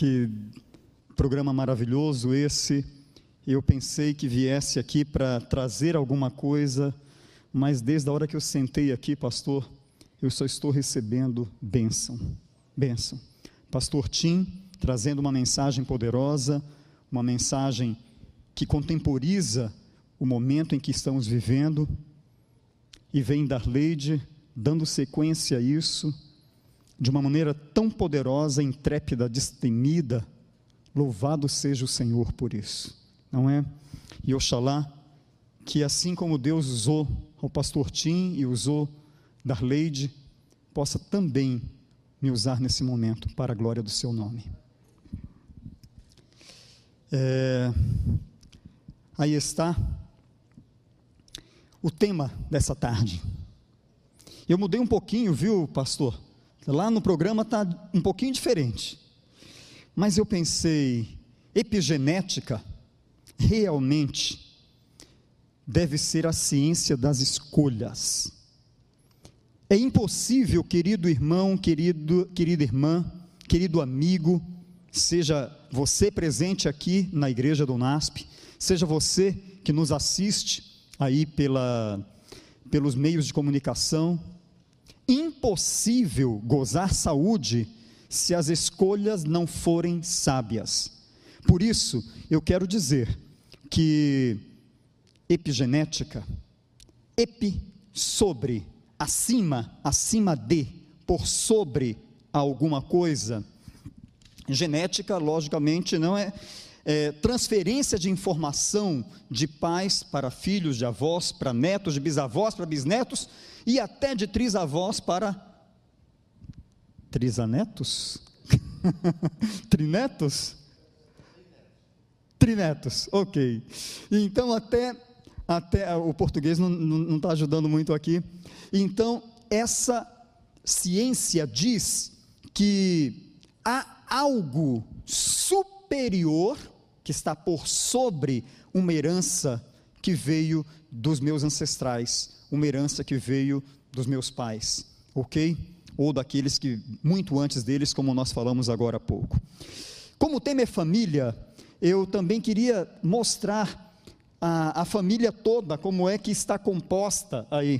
Que programa maravilhoso esse. Eu pensei que viesse aqui para trazer alguma coisa, mas desde a hora que eu sentei aqui, pastor, eu só estou recebendo bênção. Bênção. Pastor Tim trazendo uma mensagem poderosa, uma mensagem que contemporiza o momento em que estamos vivendo, e vem Darleide dando sequência a isso, de uma maneira tão poderosa, intrépida, destemida. Louvado seja o Senhor por isso, não é? E oxalá que assim como Deus usou o pastor Tim e usou Darleide, possa também me usar nesse momento para a glória do seu nome. Aí está o tema dessa tarde. Eu mudei um pouquinho, viu, pastor? Lá no programa está um pouquinho diferente, mas eu pensei, epigenética realmente deve ser a ciência das escolhas. É impossível, querido irmão, querida irmã, querido amigo, seja você presente aqui na igreja do NASP, seja você que nos assiste aí pelos meios de comunicação, impossível gozar saúde se as escolhas não forem sábias. Por isso, eu quero dizer que epigenética, sobre, acima de, por sobre alguma coisa. Genética, logicamente, não é transferência de informação de pais para filhos, de avós para netos, de bisavós para bisnetos, e até de trisavós para trisanetos? Trinetos? Trinetos, ok. Então até o português não está ajudando muito aqui. Então essa ciência diz que há algo superior que está por sobre uma herança que veio dos meus ancestrais, uma herança que veio dos meus pais, ok? Ou daqueles que, muito antes deles, como nós falamos agora há pouco. Como o tema é família, eu também queria mostrar a família toda, como é que está composta aí.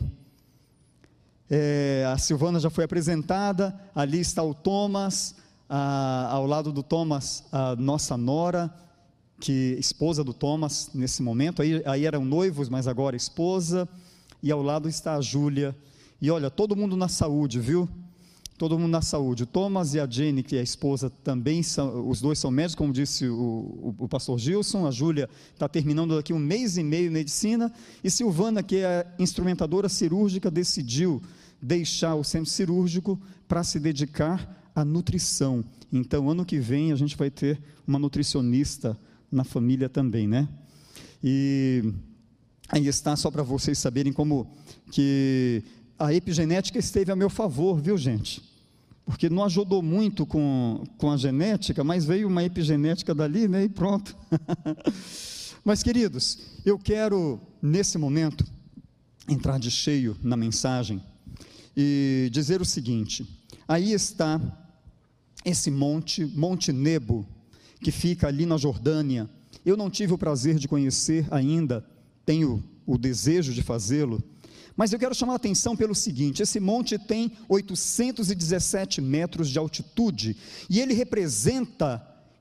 A Silvana já foi apresentada, ali está o Thomas, ao lado do Thomas, a nossa nora, que esposa do Thomas nesse momento, aí eram noivos, mas agora esposa, e ao lado está a Júlia, e olha, todo mundo na saúde, viu? Todo mundo na saúde. O Thomas e a Jenny, que é a esposa, também são, os dois são médicos, como disse o pastor Gilson. A Júlia está terminando daqui 1 mês e meio medicina, e Silvana, que é a instrumentadora cirúrgica, decidiu deixar o centro cirúrgico para se dedicar à nutrição. Então, ano que vem, a gente vai ter uma nutricionista na família também, né? E aí está, só para vocês saberem como que a epigenética esteve a meu favor, viu, gente? Porque não ajudou muito com a genética, mas veio uma epigenética dali, né, e pronto. Mas, queridos, eu quero, nesse momento, entrar de cheio na mensagem e dizer o seguinte: aí está esse Monte Nebo, que fica ali na Jordânia. Eu não tive o prazer de conhecer ainda, tenho o desejo de fazê-lo, mas eu quero chamar a atenção pelo seguinte: esse monte tem 817 metros de altitude, e ele representa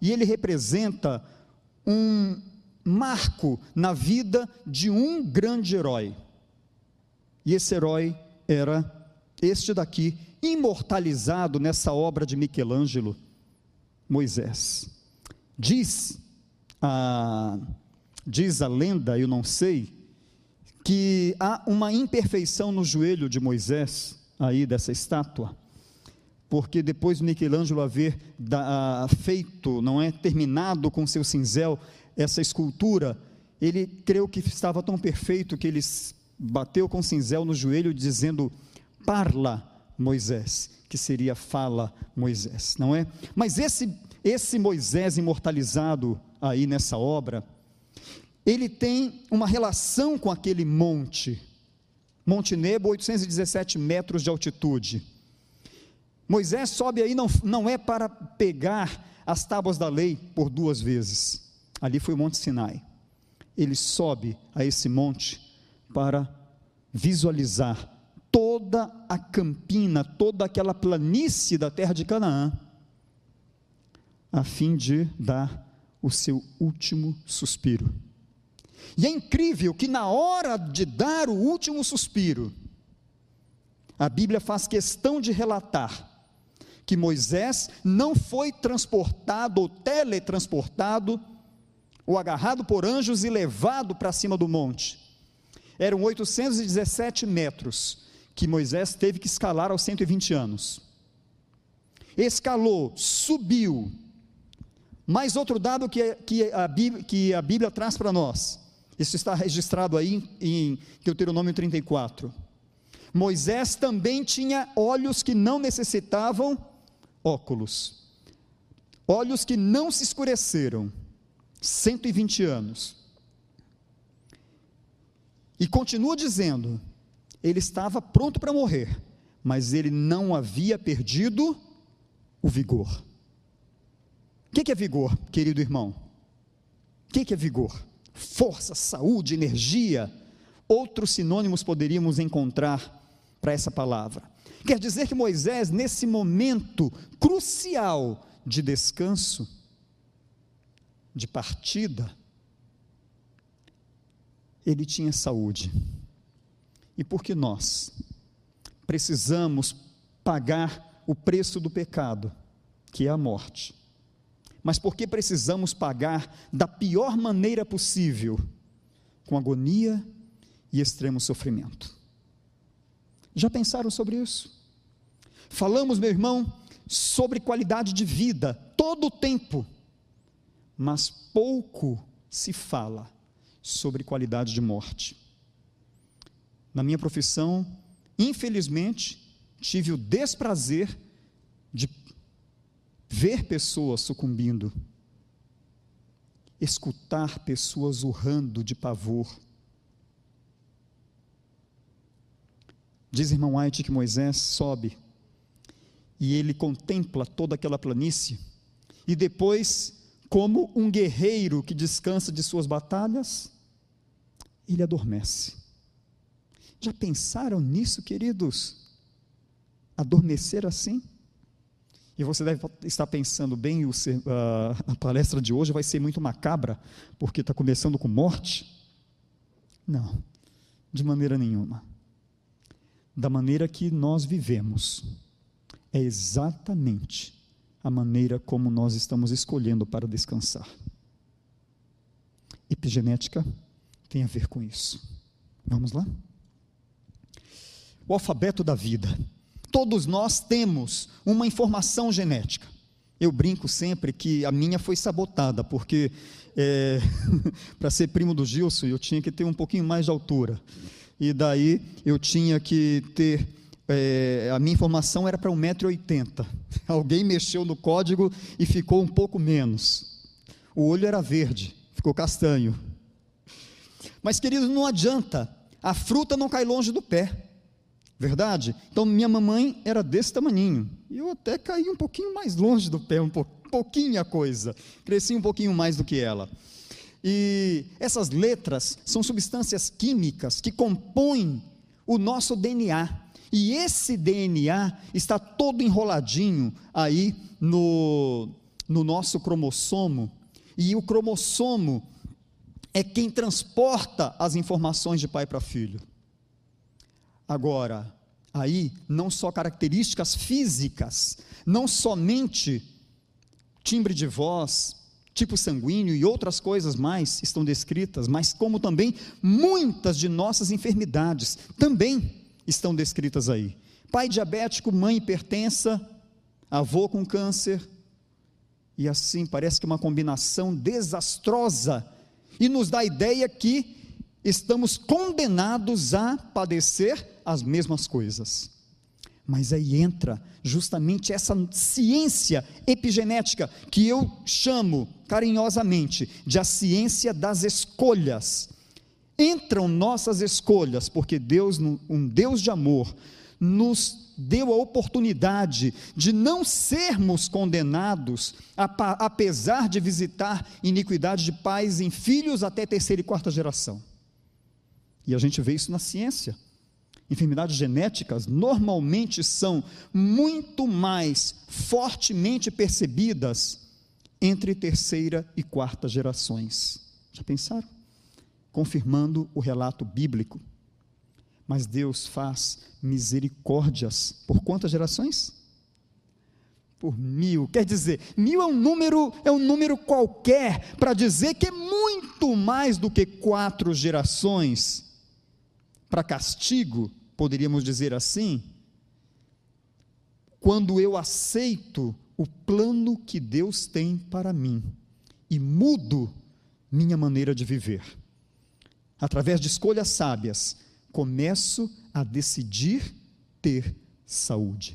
um marco na vida de um grande herói, e esse herói era este daqui, imortalizado nessa obra de Michelangelo, Moisés. Diz a lenda, eu não sei, que há uma imperfeição no joelho de Moisés, aí dessa estátua, porque depois de Michelangelo haver feito, não é, terminado com seu cinzel, essa escultura, ele creu que estava tão perfeito que ele bateu com o cinzel no joelho dizendo: parla Moisés, que seria fala Moisés, não é? Mas esse Moisés imortalizado aí nessa obra, ele tem uma relação com aquele Monte Nebo, 817 metros de altitude. Moisés sobe aí, não é para pegar as tábuas da lei por 2 vezes. Ali foi o Monte Sinai. Ele sobe a esse monte para visualizar toda a campina, toda aquela planície da terra de Canaã, a fim de dar o seu último suspiro. E é incrível que na hora de dar o último suspiro, a Bíblia faz questão de relatar que Moisés não foi transportado ou teletransportado, ou agarrado por anjos e levado para cima do monte. Eram 817 metros que Moisés teve que escalar aos 120 anos. Escalou, subiu. Mais outro dado que a Bíblia traz para nós. Isso está registrado aí em Deuteronômio 34. Moisés também tinha olhos que não necessitavam óculos. Olhos que não se escureceram. 120 anos. E continua dizendo, ele estava pronto para morrer, mas ele não havia perdido o vigor. O que é vigor, querido irmão? O que é vigor? Força, saúde, energia. Outros sinônimos poderíamos encontrar para essa palavra. Quer dizer que Moisés, nesse momento crucial de descanso, de partida, ele tinha saúde. E porque nós precisamos pagar o preço do pecado, que é a morte, mas porque precisamos pagar da pior maneira possível, com agonia e extremo sofrimento. Já pensaram sobre isso? Falamos, meu irmão, sobre qualidade de vida todo o tempo, mas pouco se fala sobre qualidade de morte. Na minha profissão, infelizmente, tive o desprazer de ver pessoas sucumbindo, escutar pessoas urrando de pavor. Diz irmão White que Moisés sobe e ele contempla toda aquela planície e depois, como um guerreiro que descansa de suas batalhas, ele adormece. Já pensaram nisso, queridos? Adormecer assim? E você deve estar pensando, bem, a palestra de hoje vai ser muito macabra, porque está começando com morte? Não, de maneira nenhuma. Da maneira que nós vivemos, é exatamente a maneira como nós estamos escolhendo para descansar. Epigenética tem a ver com isso. Vamos lá? O alfabeto da vida. Todos nós temos uma informação genética. Eu brinco sempre que a minha foi sabotada, porque para ser primo do Gilson, eu tinha que ter um pouquinho mais de altura. E daí eu tinha que ter... a minha informação era para 1,80 m. Alguém mexeu no código e ficou um pouco menos. O olho era verde, ficou castanho. Mas, queridos, não adianta. A fruta não cai longe do pé. Verdade? Então, minha mamãe era desse tamaninho. E eu até caí um pouquinho mais longe do pé, pouquinho a coisa. Cresci um pouquinho mais do que ela. E essas letras são substâncias químicas que compõem o nosso DNA. E esse DNA está todo enroladinho aí no nosso cromossomo. E o cromossomo é quem transporta as informações de pai para filho. Agora, aí não só características físicas, não somente timbre de voz, tipo sanguíneo e outras coisas mais estão descritas, mas como também muitas de nossas enfermidades também estão descritas aí. Pai diabético, mãe hipertensa, avô com câncer, e assim parece que uma combinação desastrosa, e nos dá a ideia que estamos condenados a padecer as mesmas coisas. Mas aí entra justamente essa ciência epigenética, que eu chamo carinhosamente de a ciência das escolhas. Entram nossas escolhas, porque Deus, um Deus de amor, nos deu a oportunidade de não sermos condenados, apesar de visitar iniquidade de pais em filhos até terceira e quarta geração. E a gente vê isso na ciência. Enfermidades genéticas normalmente são muito mais fortemente percebidas entre terceira e quarta gerações. Já pensaram? Confirmando o relato bíblico. Mas Deus faz misericórdias por quantas gerações? Por 1000. Quer dizer, 1000 é um número qualquer para dizer que é muito mais do que 4 gerações para castigo, poderíamos dizer assim, quando eu aceito o plano que Deus tem para mim e mudo minha maneira de viver. Através de escolhas sábias, começo a decidir ter saúde.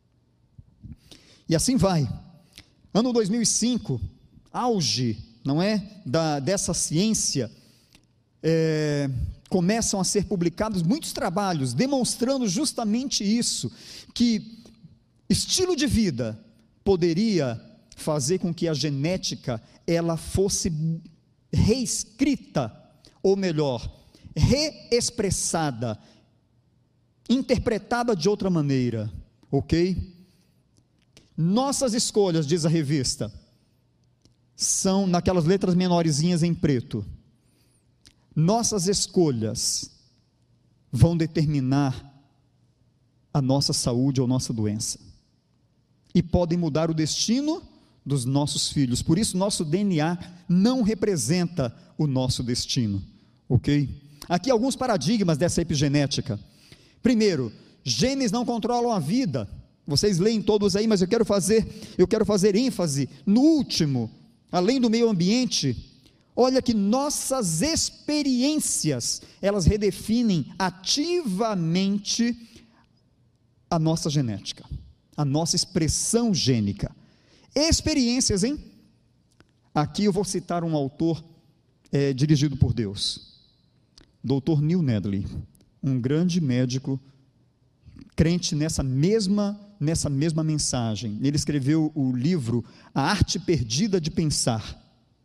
E assim vai. Ano 2005, auge, não é, dessa ciência, começam a ser publicados muitos trabalhos demonstrando justamente isso, que estilo de vida poderia fazer com que a genética ela fosse reescrita, ou melhor, reexpressada, interpretada de outra maneira, ok? Nossas escolhas, diz a revista, são naquelas letras menorzinhas em preto. Nossas escolhas vão determinar a nossa saúde ou nossa doença, e podem mudar o destino dos nossos filhos. Por isso nosso DNA não representa o nosso destino, ok? Aqui alguns paradigmas dessa epigenética. Primeiro, genes não controlam a vida. Vocês leem todos aí, mas eu quero fazer ênfase no último, além do meio ambiente. Olha que nossas experiências, elas redefinem ativamente a nossa genética, a nossa expressão gênica. Experiências, hein? Aqui eu vou citar um autor dirigido por Deus, Dr. Neil Nedley, um grande médico, crente nessa mesma mensagem. Ele escreveu o livro A Arte Perdida de Pensar,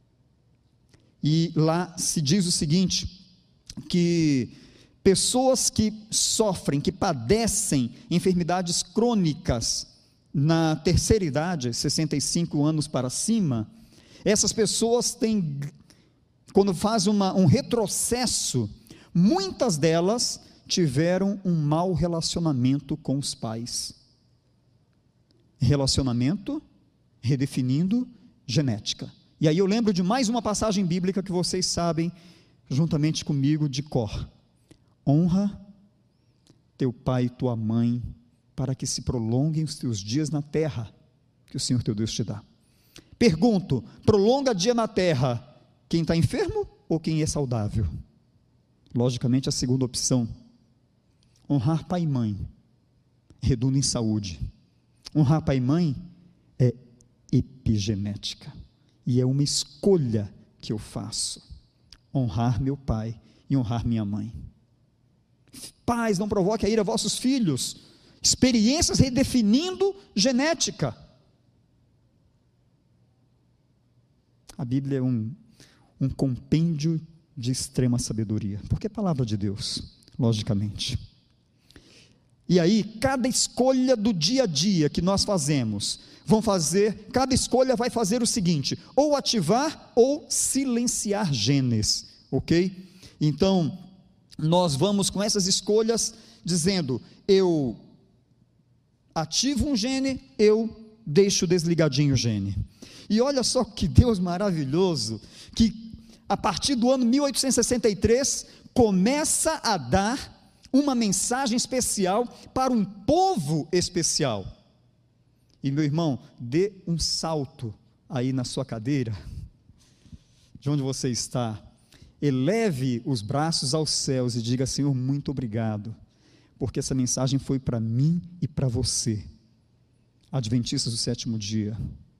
e lá se diz o seguinte, que pessoas que sofrem, que padecem enfermidades crônicas na terceira idade, 65 anos para cima, essas pessoas têm, quando faz um retrocesso, muitas delas tiveram um mau relacionamento com os pais. Relacionamento redefinindo genética. E aí eu lembro de mais uma passagem bíblica que vocês sabem, juntamente comigo, de cor. Honra teu pai e tua mãe, para que se prolonguem os teus dias na terra, que o Senhor teu Deus te dá. Pergunto, prolonga dia na terra, quem está enfermo ou quem é saudável? Logicamente a segunda opção. Honrar pai e mãe redunda em saúde. Honrar pai e mãe é epigenética, e é uma escolha que eu faço, honrar meu pai e honrar minha mãe. Pais, não provoquem a ira a vossos filhos. Experiências redefinindo genética. A Bíblia é um compêndio de extrema sabedoria, porque é palavra de Deus, logicamente. E aí, cada escolha do dia a dia que nós fazemos, cada escolha vai fazer o seguinte, ou ativar ou silenciar genes, ok? Então, nós vamos com essas escolhas, dizendo, eu ativo um gene, eu deixo desligadinho o gene. E olha só que Deus maravilhoso, que a partir do ano 1863, começa a dar uma mensagem especial para um povo especial. E meu irmão, dê um salto aí na sua cadeira, de onde você está, eleve os braços aos céus e diga, Senhor, muito obrigado, porque essa mensagem foi para mim e para você, adventistas do sétimo dia.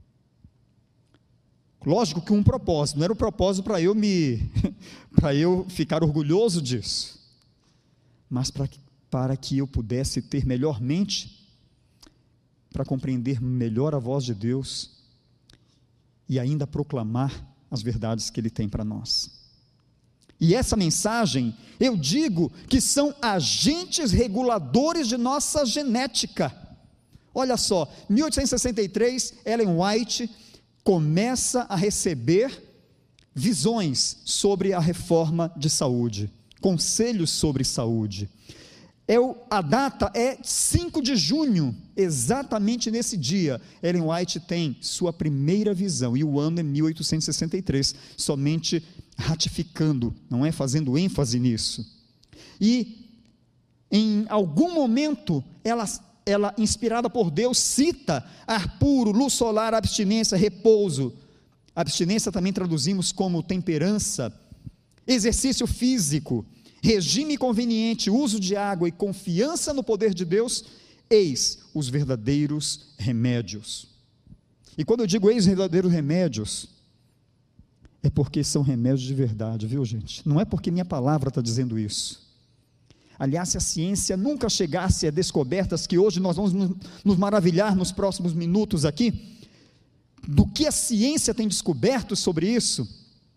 Lógico que um propósito, não era um propósito para eu ficar orgulhoso disso, mas para para que eu pudesse ter melhor mente, para compreender melhor a voz de Deus e ainda proclamar as verdades que Ele tem para nós. E essa mensagem, eu digo que são agentes reguladores de nossa genética. Olha só, 1863, Ellen White começa a receber visões sobre a reforma de saúde, conselhos sobre saúde. A data é 5 de junho, exatamente nesse dia, Ellen White tem sua primeira visão, e o ano é 1863, somente ratificando, não é, fazendo ênfase nisso. E em algum momento, ela inspirada por Deus, cita ar puro, luz solar, abstinência, repouso. Abstinência também traduzimos como temperança, exercício físico, regime conveniente, uso de água e confiança no poder de Deus, eis os verdadeiros remédios. E quando eu digo eis os verdadeiros remédios, é porque são remédios de verdade, viu, gente? Não é porque minha palavra está dizendo isso. Aliás, se a ciência nunca chegasse a descobertas que hoje nós vamos nos maravilhar nos próximos minutos aqui, do que a ciência tem descoberto sobre isso,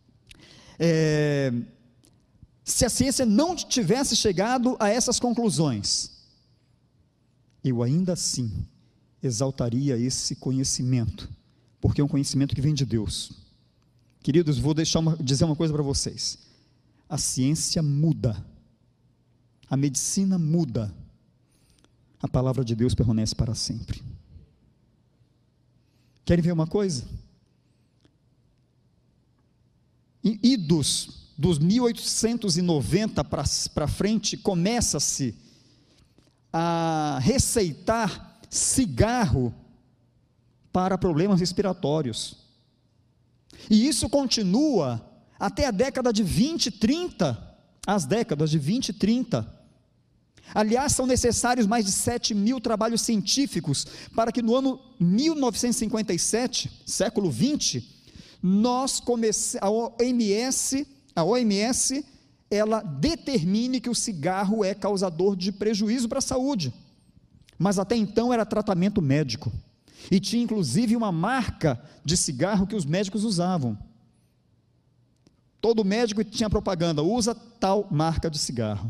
se a ciência não tivesse chegado a essas conclusões, eu ainda assim exaltaria esse conhecimento, porque é um conhecimento que vem de Deus. Queridos, vou dizer uma coisa para vocês: a ciência muda, a medicina muda, a palavra de Deus permanece para sempre. Querem ver uma coisa? Dos 1890 para frente, começa-se a receitar cigarro para problemas respiratórios, e isso continua até a década de 20, 30, as décadas de 20 e 30, aliás, são necessários mais de 7.000 trabalhos científicos, para que no ano 1957, século 20, a OMS, ela determine que o cigarro é causador de prejuízo para a saúde, mas até então era tratamento médico, e tinha inclusive uma marca de cigarro que os médicos usavam. Todo médico tinha propaganda, usa tal marca de cigarro.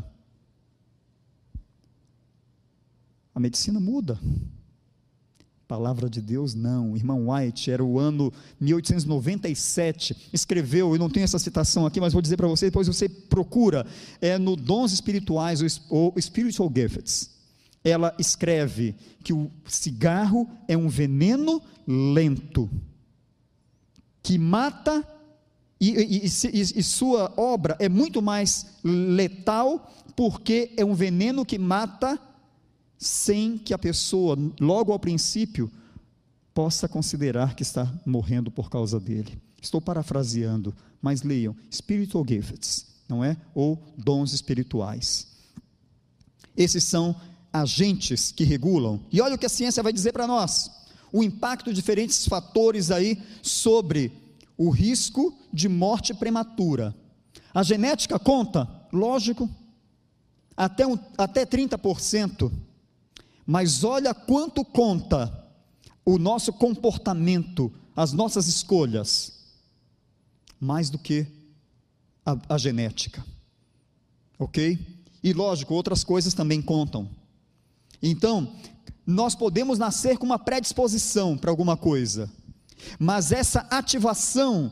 A medicina muda, a palavra de Deus não. O irmão White, era o ano 1897, escreveu, eu não tenho essa citação aqui, mas vou dizer para você, depois você procura, no Dons Espirituais, ou Spiritual Gifts, ela escreve que o cigarro é um veneno lento, que mata, e sua obra é muito mais letal, porque é um veneno que mata, sem que a pessoa, logo ao princípio, possa considerar que está morrendo por causa dele. Estou parafraseando, mas leiam, Spiritual Gifts, não é? Ou dons espirituais. Esses são agentes que regulam, e olha o que a ciência vai dizer para nós, o impacto de diferentes fatores aí, sobre o risco de morte prematura. A genética conta? Lógico, até 30%, mas olha quanto conta o nosso comportamento, as nossas escolhas, mais do que a genética, ok? E lógico, outras coisas também contam. Então, nós podemos nascer com uma predisposição para alguma coisa, mas essa ativação,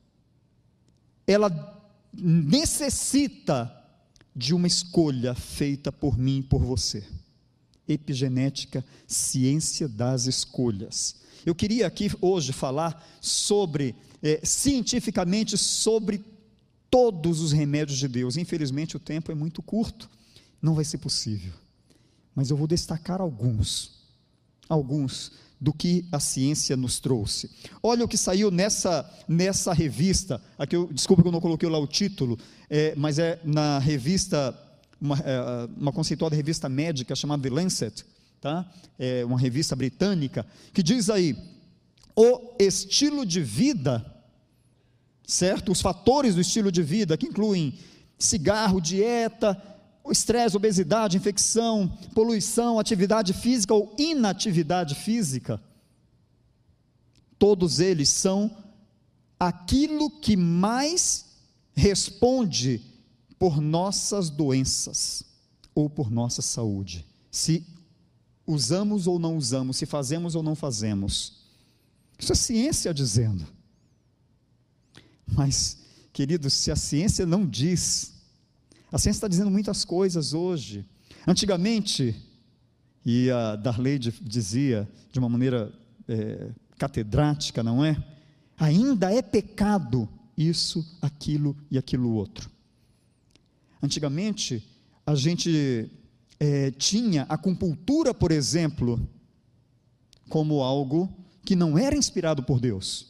ela necessita de uma escolha feita por mim e por você. Epigenética, ciência das escolhas. Eu queria aqui hoje falar cientificamente sobre todos os remédios de Deus. Infelizmente o tempo é muito curto, não vai ser possível, mas eu vou destacar alguns do que a ciência nos trouxe. Olha o que saiu nessa revista, aqui desculpa que eu não coloquei lá o título, mas é na revista, uma conceituada revista médica chamada The Lancet, tá? É uma revista britânica, que diz aí, o estilo de vida, certo? Os fatores do estilo de vida, que incluem cigarro, dieta, O estresse, obesidade, infecção, poluição, atividade física ou inatividade física, todos eles são aquilo que mais responde por nossas doenças ou por nossa saúde. Se usamos ou não usamos, se fazemos ou não fazemos. Isso é ciência dizendo. Mas, queridos, se a ciência não diz, a ciência está dizendo muitas coisas hoje. Antigamente, e a Darleide dizia de uma maneira catedrática, não é? Ainda é pecado isso, aquilo e aquilo outro. Antigamente, a gente tinha a acupuntura, por exemplo, como algo que não era inspirado por Deus.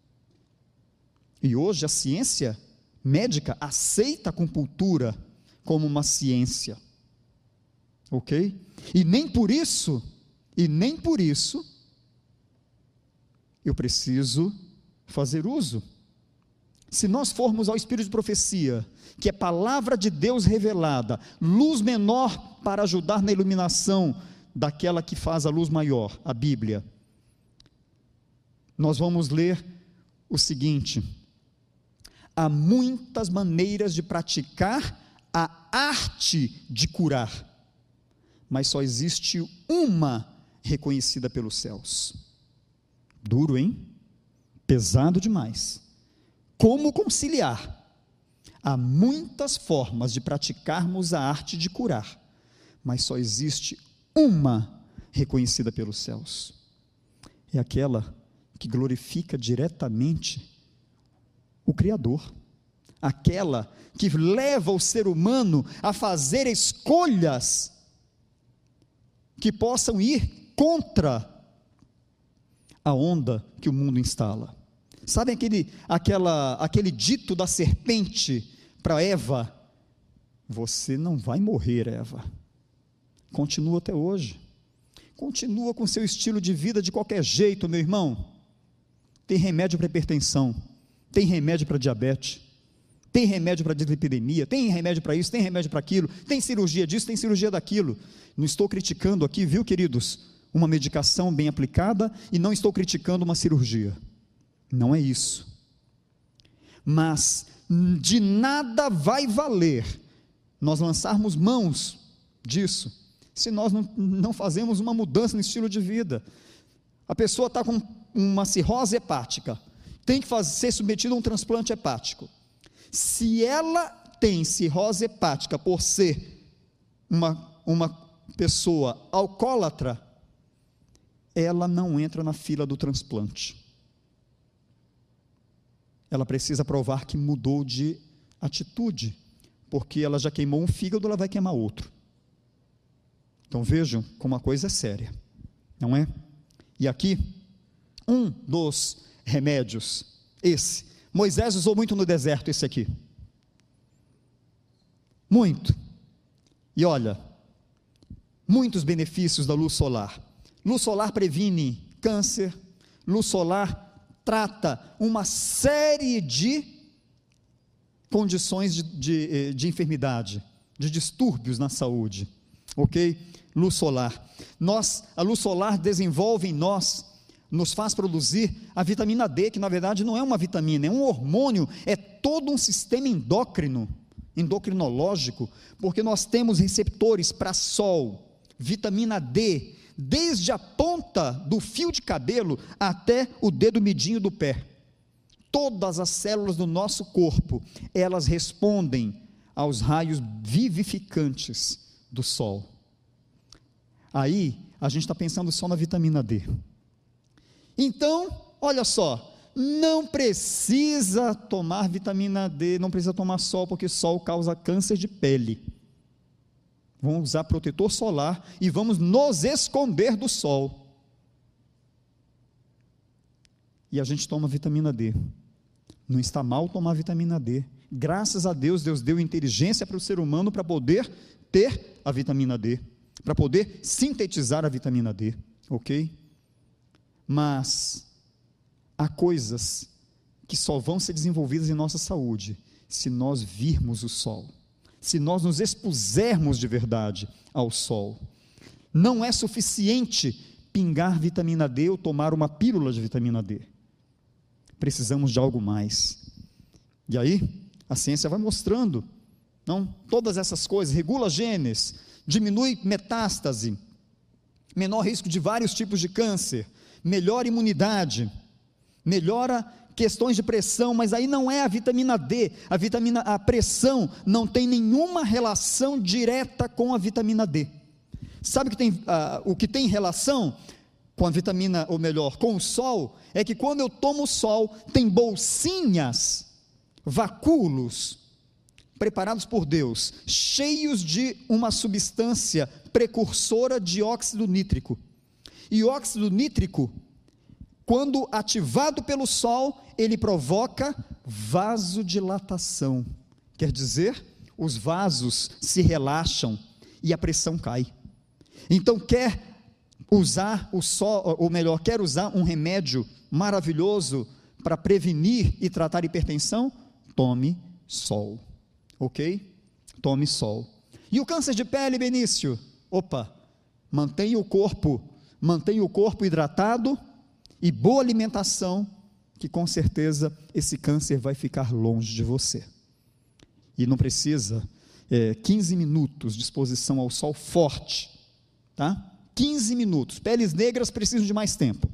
E hoje a ciência médica aceita a acupuntura como uma ciência. Ok? E nem por isso eu preciso fazer uso. Se nós formos ao Espírito de Profecia, que é palavra de Deus revelada, luz menor para ajudar na iluminação daquela que faz a luz maior, a Bíblia, nós vamos ler o seguinte: há muitas maneiras de praticar a arte de curar, mas só existe uma reconhecida pelos céus. Duro, hein? Pesado demais. Como conciliar? Há muitas formas de praticarmos a arte de curar, mas só existe uma reconhecida pelos céus. É aquela que glorifica diretamente o Criador, aquela que leva o ser humano a fazer escolhas que possam ir contra a onda que o mundo instala. Sabe aquele dito da serpente para Eva? Você não vai morrer, Eva. Continua até hoje. Continua com seu estilo de vida de qualquer jeito, meu irmão. Tem remédio para hipertensão, tem remédio para diabetes, tem remédio para dislipidemia, tem remédio para isso, tem remédio para aquilo, tem cirurgia disso, tem cirurgia daquilo. Não estou criticando aqui, viu, queridos, uma medicação bem aplicada, e não estou criticando uma cirurgia. Não é isso. Mas de nada vai valer nós lançarmos mãos disso, se nós não fazemos uma mudança no estilo de vida. A pessoa está com uma cirrose hepática, tem que ser submetida a um transplante hepático. Se ela tem cirrose hepática por ser uma pessoa alcoólatra, ela não entra na fila do transplante. Ela precisa provar que mudou de atitude, porque ela já queimou um fígado, ela vai queimar outro. Então vejam como a coisa é séria, não é? E aqui, um dos remédios, esse, Moisés usou muito no deserto esse aqui, muito, e olha, muitos benefícios da luz solar. Luz solar previne câncer, luz solar trata uma série de condições de enfermidade, de distúrbios na saúde, ok? Luz solar. A luz solar desenvolve em nós, nos faz produzir a vitamina D, que na verdade não é uma vitamina, é um hormônio, é todo um sistema endocrinológico, porque nós temos receptores para sol, vitamina D, desde a ponta do fio de cabelo até o dedo midinho do pé. Todas as células do nosso corpo, elas respondem aos raios vivificantes do sol. Aí, a gente está pensando só na vitamina D. Então, olha só, não precisa tomar vitamina D, não precisa tomar sol, porque sol causa câncer de pele. Vamos usar protetor solar e vamos nos esconder do sol. E a gente toma vitamina D. Não está mal tomar vitamina D. Graças a Deus, Deus deu inteligência para o ser humano para poder ter a vitamina D, para poder sintetizar a vitamina D, ok? Mas há coisas que só vão ser desenvolvidas em nossa saúde se nós virmos o sol, se nós nos expusermos de verdade ao sol. Não é suficiente pingar vitamina D ou tomar uma pílula de vitamina D. Precisamos de algo mais. E aí, a ciência vai mostrando, não, todas essas coisas, regula genes, diminui metástase, menor risco de vários tipos de câncer, melhora imunidade, melhora questões de pressão, mas aí não é a vitamina D, a pressão não tem nenhuma relação direta com a vitamina D. Sabe o que tem relação com a vitamina, ou melhor, com o sol, é que quando eu tomo sol, tem bolsinhas, vacúolos, preparados por Deus, cheios de uma substância precursora de óxido nítrico. E óxido nítrico, quando ativado pelo sol, ele provoca vasodilatação. Quer dizer, os vasos se relaxam e a pressão cai. Então, quer usar o sol, ou melhor, quer usar um remédio maravilhoso para prevenir e tratar hipertensão? Tome sol, ok? Tome sol. E o câncer de pele, Benício? Opa, mantenha o corpo hidratado e boa alimentação, que com certeza esse câncer vai ficar longe de você. E não precisa 15 minutos de exposição ao sol forte, tá? 15 minutos, peles negras precisam de mais tempo,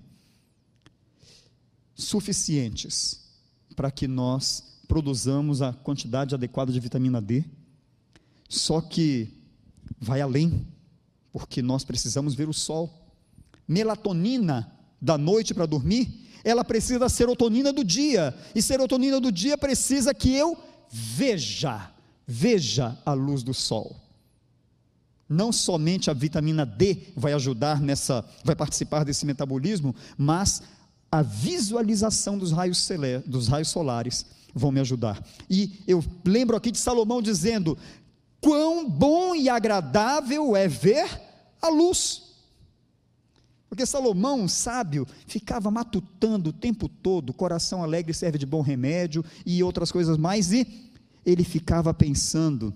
suficientes para que nós produzamos a quantidade adequada de vitamina D, só que vai além, porque nós precisamos ver o sol. Melatonina da noite para dormir, ela precisa da serotonina do dia, e serotonina do dia precisa que eu veja a luz do sol. Não somente a vitamina D vai ajudar vai participar desse metabolismo, mas a visualização dos raios solares vão me ajudar. E eu lembro aqui de Salomão dizendo: quão bom e agradável é ver a luz. Porque Salomão, sábio, ficava matutando o tempo todo, coração alegre serve de bom remédio, e outras coisas mais, e ele ficava pensando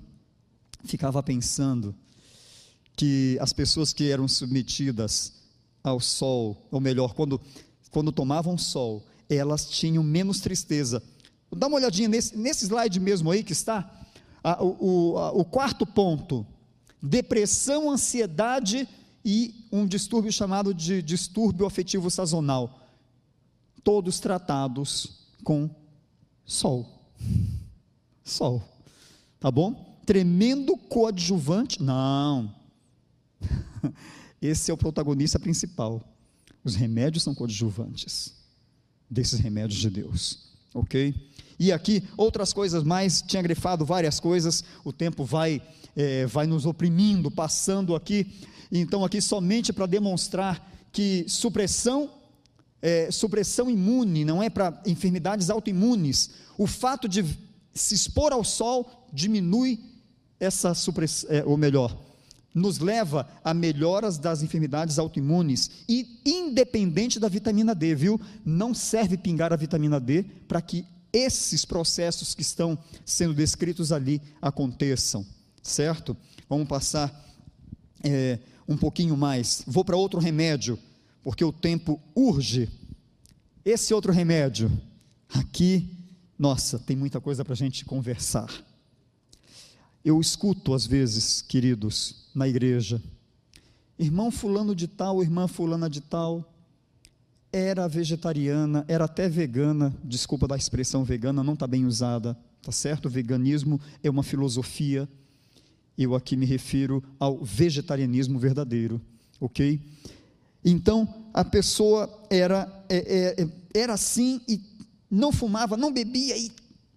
que as pessoas que eram submetidas ao sol, ou melhor, quando tomavam sol, elas tinham menos tristeza. Dá uma olhadinha nesse slide mesmo aí que está, o quarto ponto: depressão, ansiedade e um distúrbio chamado de distúrbio afetivo sazonal, todos tratados com sol, tá bom? Tremendo coadjuvante? Não, esse é o protagonista principal. Os remédios são coadjuvantes desses remédios de Deus, ok? E aqui, outras coisas mais, tinha grifado várias coisas, o tempo vai nos oprimindo, passando aqui, então aqui somente para demonstrar que supressão imune, não é para enfermidades autoimunes, o fato de se expor ao sol diminui essa supressão, ou melhor, nos leva a melhoras das enfermidades autoimunes, e independente da vitamina D, viu? Não serve pingar a vitamina D para que esses processos que estão sendo descritos ali aconteçam, certo? Vamos passar um pouquinho mais, vou para outro remédio, porque o tempo urge. Esse outro remédio, aqui, nossa, tem muita coisa para a gente conversar. Eu escuto às vezes, queridos, na igreja, irmão fulano de tal, irmã fulana de tal, era vegetariana, era até vegana, desculpa da expressão vegana, não está bem usada, tá certo? O veganismo é uma filosofia, eu aqui me refiro ao vegetarianismo verdadeiro, ok? Então, a pessoa era assim, e não fumava, não bebia, e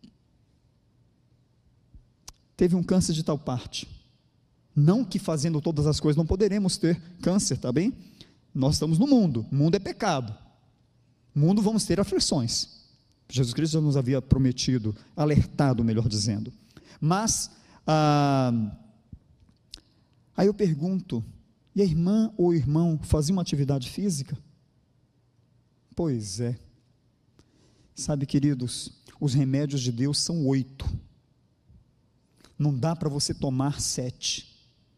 teve um câncer de tal parte. Não que fazendo todas as coisas não poderemos ter câncer, tá bem? Nós estamos no mundo, o mundo é pecado, no mundo vamos ter aflições, Jesus Cristo já nos havia prometido, alertado, melhor dizendo, mas, aí eu pergunto, e a irmã ou o irmão fazia uma atividade física? Pois é, sabe, queridos, os remédios de Deus são 8, Não dá para você tomar 7.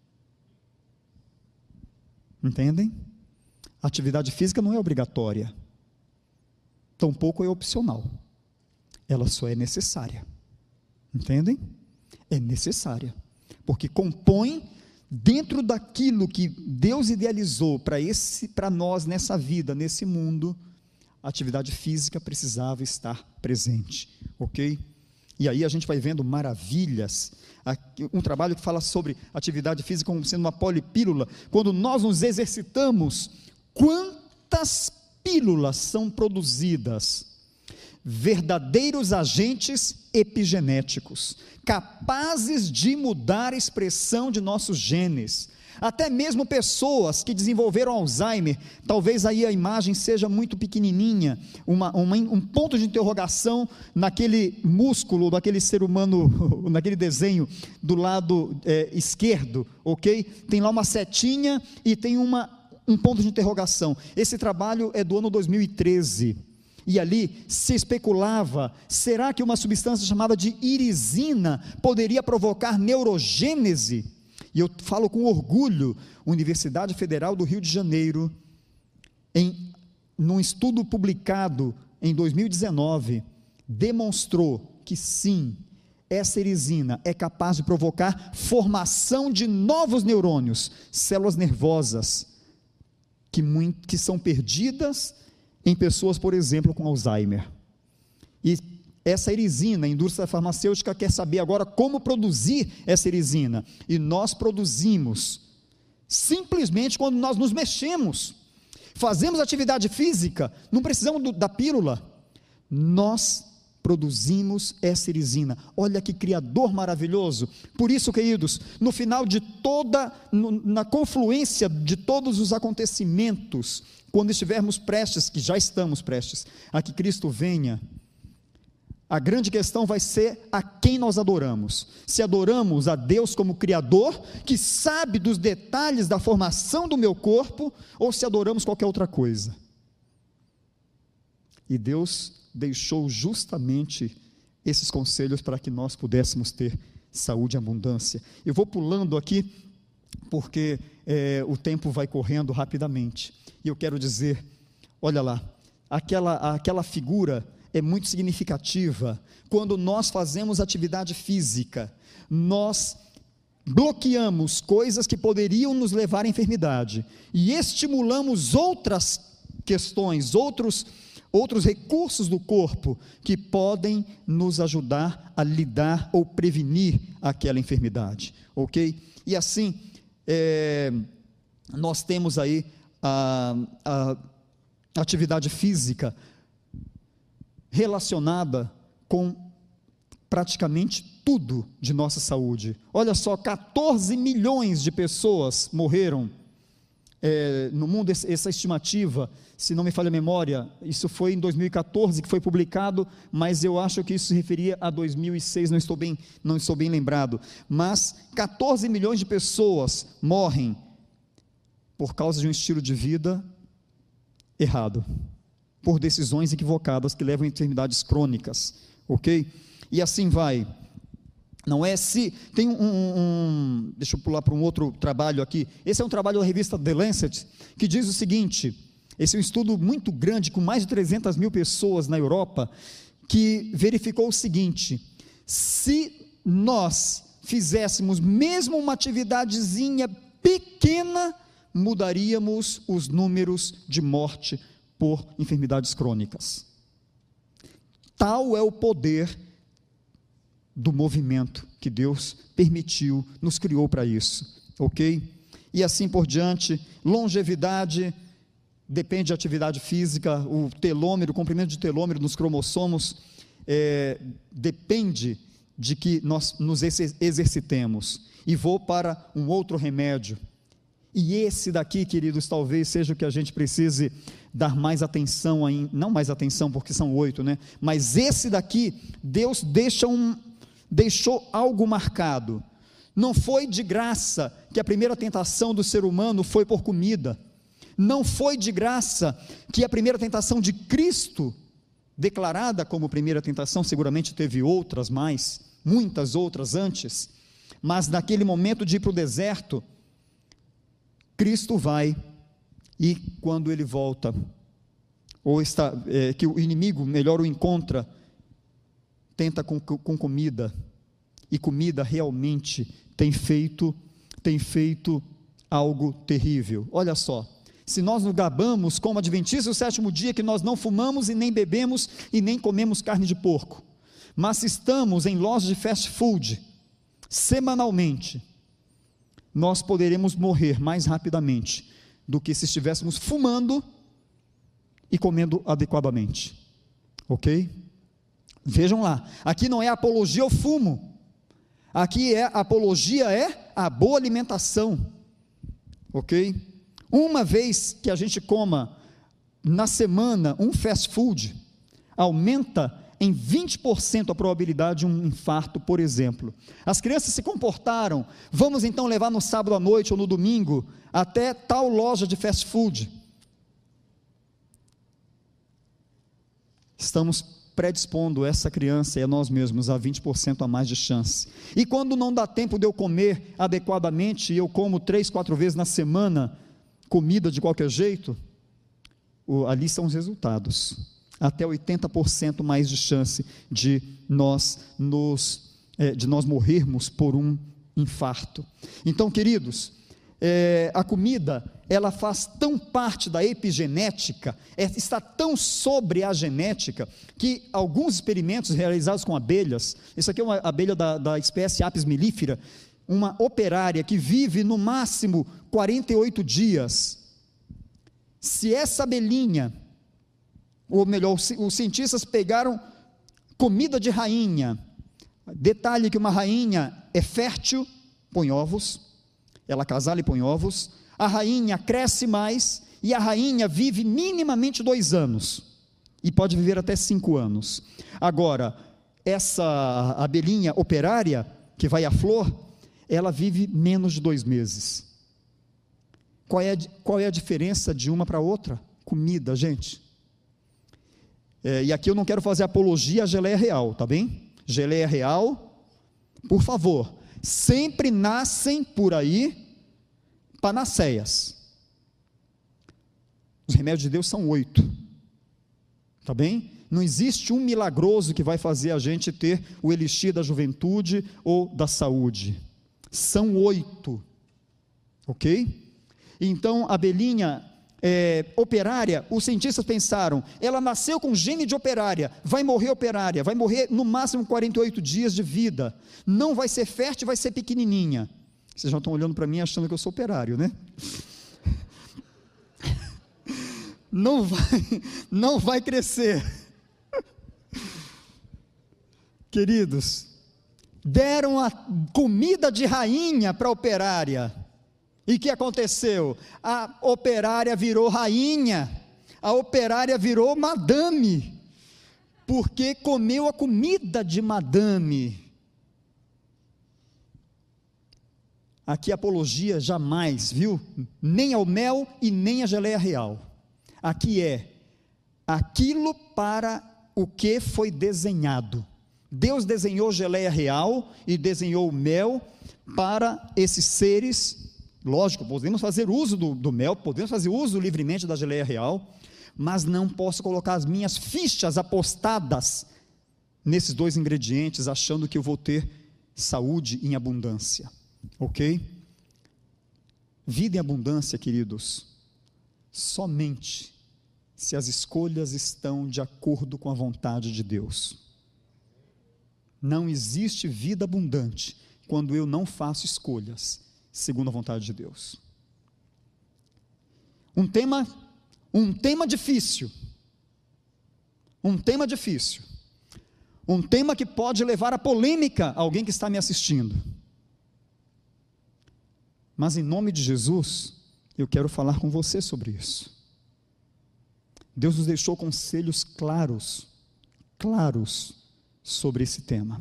Entendem? A atividade física não é obrigatória, tampouco é opcional, ela só é necessária. Entendem? É necessária, porque compõe dentro daquilo que Deus idealizou para nós nessa vida, nesse mundo. A atividade física precisava estar presente, ok? E aí a gente vai vendo maravilhas, um trabalho que fala sobre atividade física como sendo uma polipílula. Quando nós nos exercitamos, quantas pílulas são produzidas? Verdadeiros agentes epigenéticos, capazes de mudar a expressão de nossos genes. Até mesmo pessoas que desenvolveram Alzheimer, talvez aí a imagem seja muito pequenininha, um ponto de interrogação naquele músculo, daquele ser humano, naquele desenho do lado esquerdo, ok? Tem lá uma setinha e tem um ponto de interrogação. Esse trabalho é do ano 2013, e ali se especulava, será que uma substância chamada de irisina poderia provocar neurogênese? E eu falo com orgulho, Universidade Federal do Rio de Janeiro, num estudo publicado em 2019, demonstrou que sim, essa irisina é capaz de provocar formação de novos neurônios, células nervosas, que são perdidas em pessoas, por exemplo, com Alzheimer. E essa irisina, a indústria farmacêutica quer saber agora como produzir essa irisina, e nós produzimos, simplesmente quando nós nos mexemos, fazemos atividade física, não precisamos da pílula, nós produzimos essa irisina. Olha que criador maravilhoso. Por isso, queridos, no final de na confluência de todos os acontecimentos, quando estivermos prestes, que já estamos prestes, a que Cristo venha, a grande questão vai ser a quem nós adoramos. Se adoramos a Deus como Criador, que sabe dos detalhes da formação do meu corpo, ou se adoramos qualquer outra coisa. E Deus deixou justamente esses conselhos para que nós pudéssemos ter saúde e abundância. Eu vou pulando aqui, porque o tempo vai correndo rapidamente, e eu quero dizer, olha lá, aquela figura é muito significativa. Quando nós fazemos atividade física, nós bloqueamos coisas que poderiam nos levar à enfermidade, e estimulamos outras questões, outros recursos do corpo, que podem nos ajudar a lidar ou prevenir aquela enfermidade, ok? E assim, nós temos aí a atividade física relacionada com praticamente tudo de nossa saúde. Olha só, 14 milhões de pessoas morreram no mundo. Essa estimativa, se não me falha a memória, isso foi em 2014 que foi publicado, mas eu acho que isso se referia a 2006, não estou bem lembrado, mas 14 milhões de pessoas morrem por causa de um estilo de vida errado, por decisões equivocadas que levam a enfermidades crônicas, ok? E assim vai. Não é se tem deixa eu pular para um outro trabalho aqui. Esse é um trabalho da revista The Lancet, que diz o seguinte: esse é um estudo muito grande, com mais de 300 mil pessoas na Europa, que verificou o seguinte: se nós fizéssemos mesmo uma atividadezinha pequena, mudaríamos os números de morte por enfermidades crônicas. Tal é o poder do movimento que Deus permitiu, nos criou para isso, ok? E assim por diante. Longevidade depende de atividade física. O telômero, o comprimento de telômero nos cromossomos depende de que nós nos exercitemos. E vou para um outro remédio, e esse daqui, queridos, talvez seja o que a gente precise dar mais atenção, não mais atenção porque são 8, né? Mas esse daqui, Deus deixou algo marcado. Não foi de graça que a primeira tentação do ser humano foi por comida. Não foi de graça que a primeira tentação de Cristo, declarada como primeira tentação, seguramente teve outras mais, muitas outras antes, mas naquele momento de ir para o deserto, Cristo vai, e quando ele volta, ou está, que o inimigo melhor o encontra, tenta com comida, e comida realmente tem feito algo terrível. Olha só, se nós nos gabamos como adventistas do sétimo dia, que nós não fumamos e nem bebemos e nem comemos carne de porco, mas se estamos em lojas de fast food, semanalmente, nós poderemos morrer mais rapidamente do que se estivéssemos fumando e comendo adequadamente, ok? Vejam lá, aqui não é apologia ao fumo, aqui apologia é a boa alimentação, ok? Uma vez que a gente coma na semana um fast food, aumenta em 20% a probabilidade de um infarto, por exemplo. As crianças se comportaram, vamos então levar no sábado à noite ou no domingo, até tal loja de fast food. Estamos predispondo essa criança e a nós mesmos a 20% a mais de chance. E quando não dá tempo de eu comer adequadamente, e eu como 3, 4 vezes na semana, comida de qualquer jeito, ali são os resultados. Até 80% mais de chance de nós morrermos por um infarto. Então, queridos, a comida, ela faz tão parte da epigenética, está tão sobre a genética, que alguns experimentos realizados com abelhas, isso aqui é uma abelha da espécie Apis mellifera, uma operária que vive no máximo 48 dias, se essa abelhinha, ou melhor, os cientistas pegaram comida de rainha, detalhe que uma rainha é fértil, põe ovos, ela acasala e põe ovos, a rainha cresce mais, e a rainha vive minimamente 2 anos, e pode viver até 5 anos, agora, essa abelhinha operária, que vai à flor, ela vive menos de 2 meses, qual é a diferença de uma para outra? Comida, gente. E aqui eu não quero fazer apologia à geleia real, tá bem? Geleia real, por favor, sempre nascem por aí panaceias. Os remédios de Deus são 8, tá bem? Não existe um milagroso que vai fazer a gente ter o elixir da juventude ou da saúde. São 8, ok? Então, a abelhinha operária, os cientistas pensaram, ela nasceu com gene de operária, vai morrer operária, vai morrer no máximo 48 dias de vida, não vai ser fértil, vai ser pequenininha. Vocês já estão olhando para mim achando que eu sou operário, né? Não vai crescer. Queridos, deram a comida de rainha para a operária, e o que aconteceu? A operária virou rainha, a operária virou madame, porque comeu a comida de madame. Aqui a apologia jamais, viu? Nem ao mel e nem à geleia real. Aqui é aquilo para o que foi desenhado. Deus desenhou geleia real e desenhou o mel para esses seres. Lógico, podemos fazer uso do mel, podemos fazer uso livremente da geleia real, mas não posso colocar as minhas fichas apostadas nesses 2 ingredientes, achando que eu vou ter saúde em abundância, ok? Vida em abundância, queridos, somente se as escolhas estão de acordo com a vontade de Deus. Não existe vida abundante quando eu não faço escolhas segundo a vontade de Deus. Um tema difícil, um tema que pode levar a polêmica a alguém que está me assistindo, mas em nome de Jesus, eu quero falar com você sobre isso. Deus nos deixou conselhos claros sobre esse tema.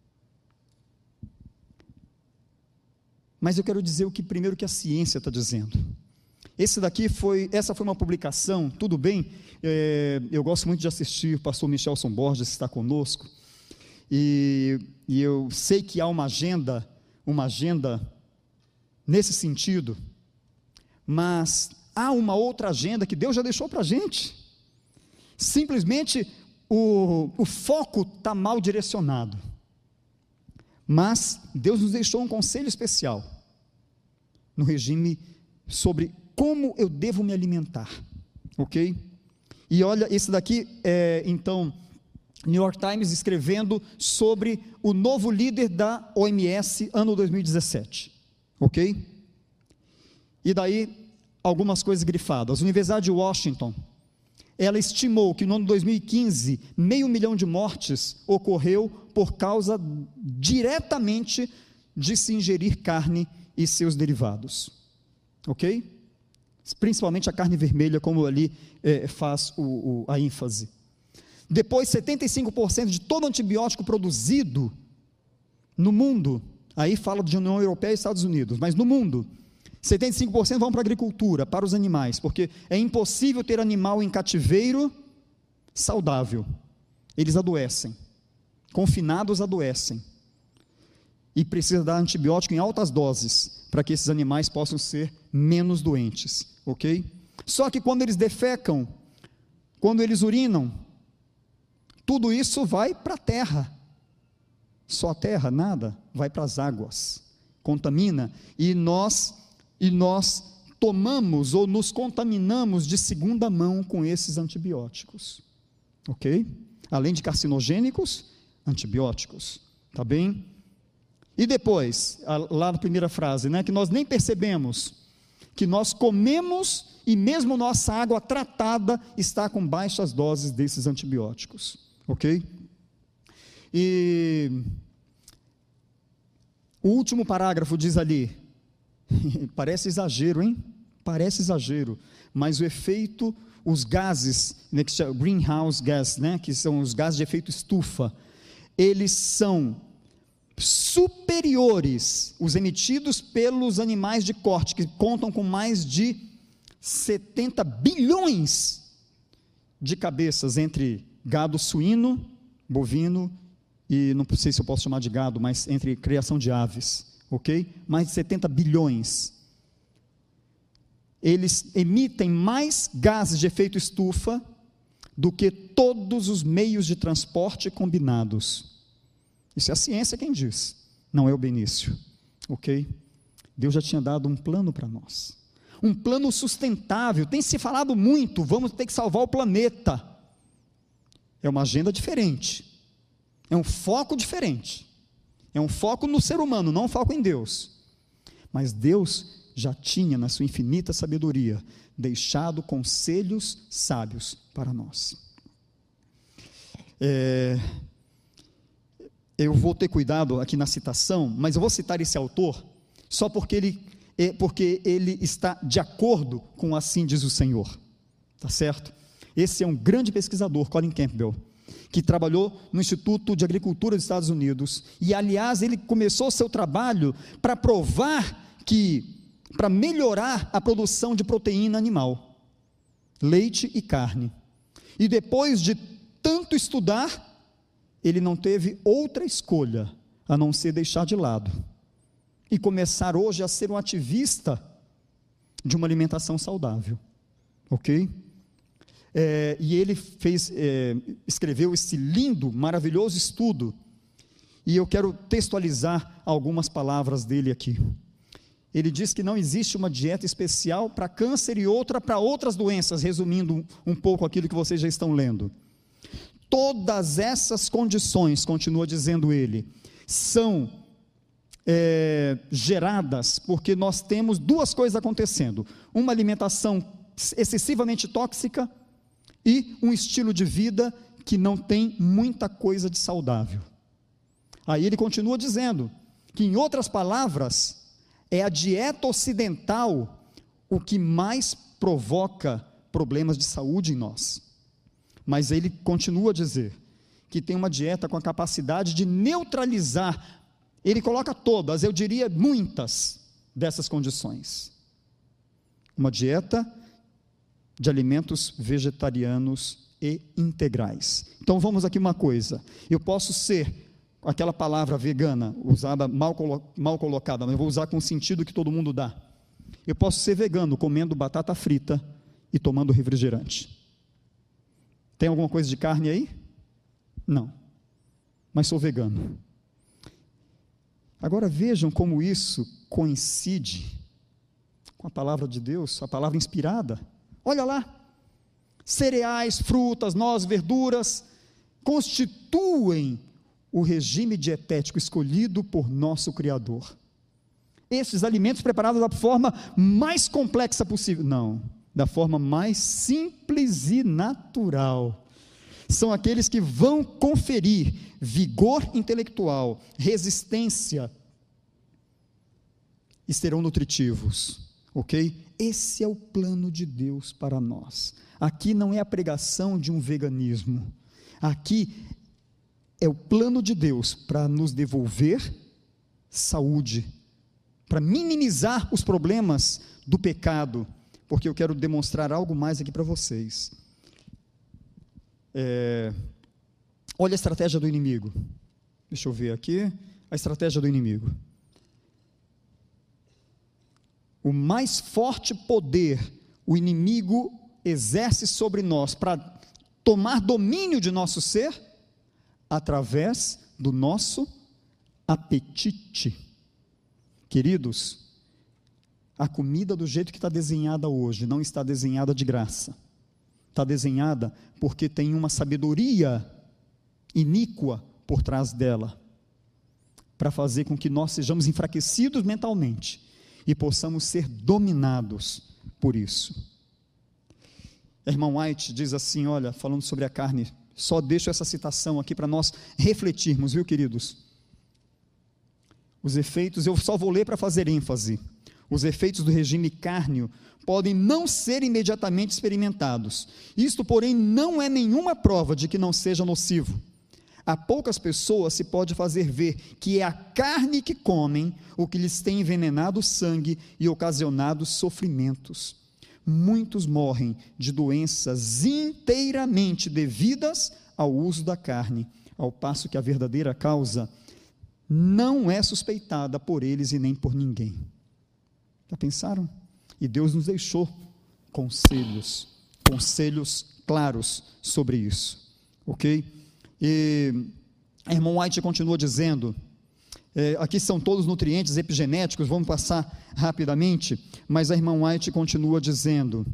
Mas eu quero dizer primeiro que a ciência está dizendo. Essa foi uma publicação, tudo bem, eu gosto muito de assistir, o pastor Michelson Borges está conosco, e eu sei que há uma agenda uma agenda nesse sentido, mas há uma outra agenda que Deus já deixou para a gente. Simplesmente o foco está mal direcionado, mas Deus nos deixou um conselho especial no regime sobre como eu devo me alimentar, ok? E olha, esse daqui é, então, New York Times escrevendo sobre o novo líder da OMS, ano 2017, ok? E daí, algumas coisas grifadas. A Universidade de Washington, ela estimou que no ano 2015, 500 mil de mortes ocorreu por causa diretamente de se ingerir carne e seus derivados, ok? Principalmente a carne vermelha, como ali faz a ênfase. Depois, 75% de todo antibiótico produzido no mundo, aí fala de União Europeia e Estados Unidos, mas no mundo, 75% vão para a agricultura, para os animais, porque é impossível ter animal em cativeiro saudável, eles adoecem, confinados adoecem, e precisa dar antibiótico em altas doses, para que esses animais possam ser menos doentes, ok? Só que quando eles defecam, quando eles urinam, tudo isso vai para a terra, só a terra, nada, vai para as águas, contamina, e nós tomamos ou nos contaminamos de segunda mão com esses antibióticos, ok? Além de carcinogênicos, antibióticos, tá bem? E depois, lá na primeira frase, né, que nós nem percebemos, que nós comemos e mesmo nossa água tratada está com baixas doses desses antibióticos, ok? E o último parágrafo diz ali, parece exagero, hein? Parece exagero, mas o efeito, os gases, né, que chama greenhouse gas, né, que são os gases de efeito estufa, eles são superiores, os emitidos pelos animais de corte, que contam com mais de 70 bilhões de cabeças entre gado suíno, bovino, e não sei se eu posso chamar de gado, mas entre criação de aves, ok? Mais de 70 bilhões, eles emitem mais gases de efeito estufa do que todos os meios de transporte combinados. Isso é a ciência quem diz, não é o Benício, ok? Deus já tinha dado um plano para nós, um plano sustentável, tem se falado muito, vamos ter que salvar o planeta, é uma agenda diferente, é um foco diferente, é um foco no ser humano, não um foco em Deus, mas Deus já tinha na sua infinita sabedoria, deixado conselhos sábios para nós. Eu vou ter cuidado aqui na citação, mas eu vou citar esse autor, só porque ele está de acordo com assim diz o Senhor, tá certo? Esse é um grande pesquisador, Colin Campbell, que trabalhou no Instituto de Agricultura dos Estados Unidos, e aliás ele começou seu trabalho para provar para melhorar a produção de proteína animal, leite e carne, e depois de tanto estudar, ele não teve outra escolha, a não ser deixar de lado, e começar hoje a ser um ativista de uma alimentação saudável, ok? E ele escreveu esse lindo, maravilhoso estudo, e eu quero textualizar algumas palavras dele aqui. Ele diz que não existe uma dieta especial para câncer e outra para outras doenças, resumindo um pouco aquilo que vocês já estão lendo. Todas essas condições, continua dizendo ele, são geradas porque nós temos duas coisas acontecendo, uma alimentação excessivamente tóxica e um estilo de vida que não tem muita coisa de saudável. Aí ele continua dizendo que, em outras palavras, é a dieta ocidental o que mais provoca problemas de saúde em nós. Mas ele continua a dizer que tem uma dieta com a capacidade de neutralizar, ele coloca todas, eu diria muitas dessas condições. Uma dieta de alimentos vegetarianos e integrais. Então vamos aqui uma coisa, eu posso ser aquela palavra vegana, usada mal colocada, mas eu vou usar com o sentido que todo mundo dá. Eu posso ser vegano comendo batata frita e tomando refrigerante. Tem alguma coisa de carne aí? Não. Mas sou vegano. Agora vejam como isso coincide com a palavra de Deus, a palavra inspirada. Olha lá, cereais, frutas, nozes, verduras, constituem o regime dietético escolhido por nosso Criador. Esses alimentos preparados da forma mais complexa possível, não, da forma mais simples e natural, são aqueles que vão conferir vigor intelectual, resistência, e serão nutritivos, ok? Esse é o plano de Deus para nós. Aqui não é a pregação de um veganismo, aqui é o plano de Deus para nos devolver saúde, para minimizar os problemas do pecado, porque eu quero demonstrar algo mais aqui para vocês. Olha a estratégia do inimigo. Deixa eu ver aqui, a estratégia do inimigo. O mais forte poder o inimigo exerce sobre nós para tomar domínio de nosso ser, através do nosso apetite. Queridos, a comida do jeito que está desenhada hoje, não está desenhada de graça, está desenhada porque tem uma sabedoria iníqua por trás dela, para fazer com que nós sejamos enfraquecidos mentalmente, e possamos ser dominados por isso. Irmão White diz assim, olha, falando sobre a carne, só deixo essa citação aqui para nós refletirmos, viu, queridos? Os efeitos, eu só vou ler para fazer ênfase. Os efeitos do regime cárneo podem não ser imediatamente experimentados. Isto, porém, não é nenhuma prova de que não seja nocivo. A poucas pessoas se pode fazer ver que é a carne que comem o que lhes tem envenenado o sangue e ocasionado sofrimentos. Muitos morrem de doenças inteiramente devidas ao uso da carne, ao passo que a verdadeira causa não é suspeitada por eles e nem por ninguém. Já pensaram? E Deus nos deixou conselhos claros sobre isso, ok? E a irmã White continua dizendo, aqui são todos nutrientes epigenéticos, vamos passar rapidamente, mas a irmã White continua dizendo,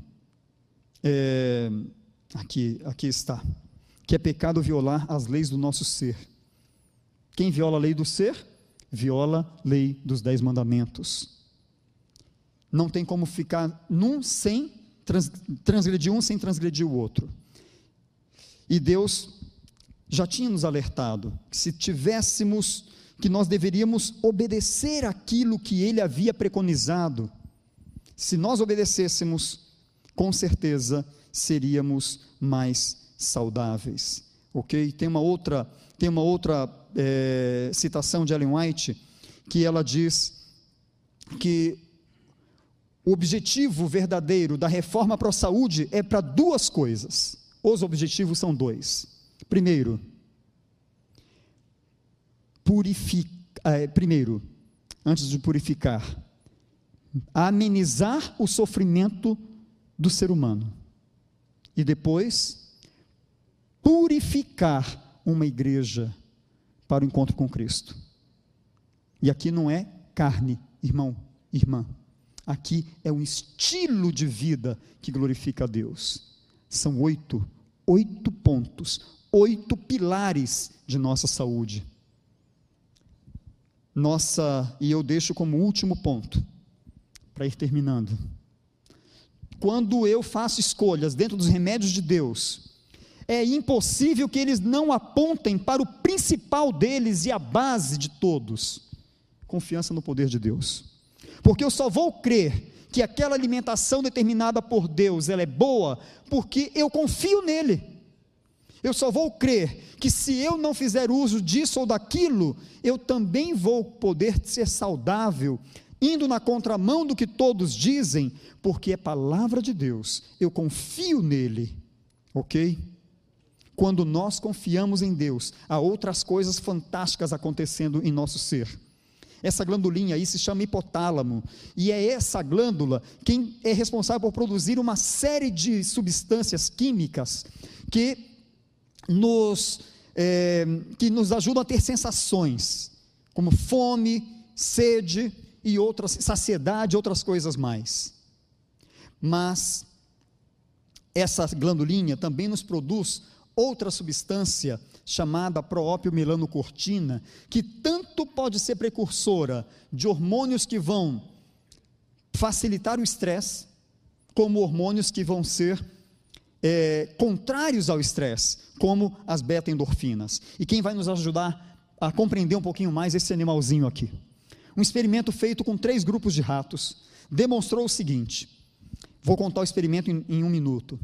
aqui está, que é pecado violar as leis do nosso ser. Quem viola a lei do ser, viola a lei dos 10 mandamentos. Não tem como ficar num sem transgredir um sem transgredir o outro. E Deus já tinha nos alertado que se tivéssemos, que nós deveríamos obedecer aquilo que Ele havia preconizado. Se nós obedecêssemos, com certeza seríamos mais saudáveis, ok? Tem uma outra citação de Ellen White, que ela diz que o objetivo verdadeiro da reforma para a saúde é para duas coisas. Os objetivos são dois. Primeiro, antes de purificar, amenizar o sofrimento do ser humano, e depois, purificar uma igreja para o encontro com Cristo. E aqui não é carne, irmão, irmã, aqui é um estilo de vida que glorifica a Deus. São 8 pontos, 8 pilares de nossa saúde. E eu deixo como último ponto, para ir terminando. Quando eu faço escolhas dentro dos remédios de Deus, é impossível que eles não apontem para o principal deles e a base de todos: confiança no poder de Deus. Porque eu só vou crer que aquela alimentação determinada por Deus, ela é boa, porque eu confio nele. Eu só vou crer que se eu não fizer uso disso ou daquilo, eu também vou poder ser saudável, indo na contramão do que todos dizem, porque é palavra de Deus, eu confio nele, ok? quando nós confiamos em Deus, há outras coisas fantásticas acontecendo em nosso ser. Essa glandulinha aí se chama hipotálamo, e é essa glândula quem é responsável por produzir uma série de substâncias químicas que nos ajudam a ter sensações, como fome, sede e outras, saciedade, outras coisas mais. Mas essa glandulinha também nos produz outra substância chamada proópio-melanocortina, que tanto pode ser precursora de hormônios que vão facilitar o estresse, como hormônios que vão ser contrários ao estresse, como as beta-endorfinas. E quem vai nos ajudar a compreender um pouquinho mais esse animalzinho aqui? Um experimento feito com 3 grupos de ratos demonstrou o seguinte. Vou contar o experimento em 1 minuto.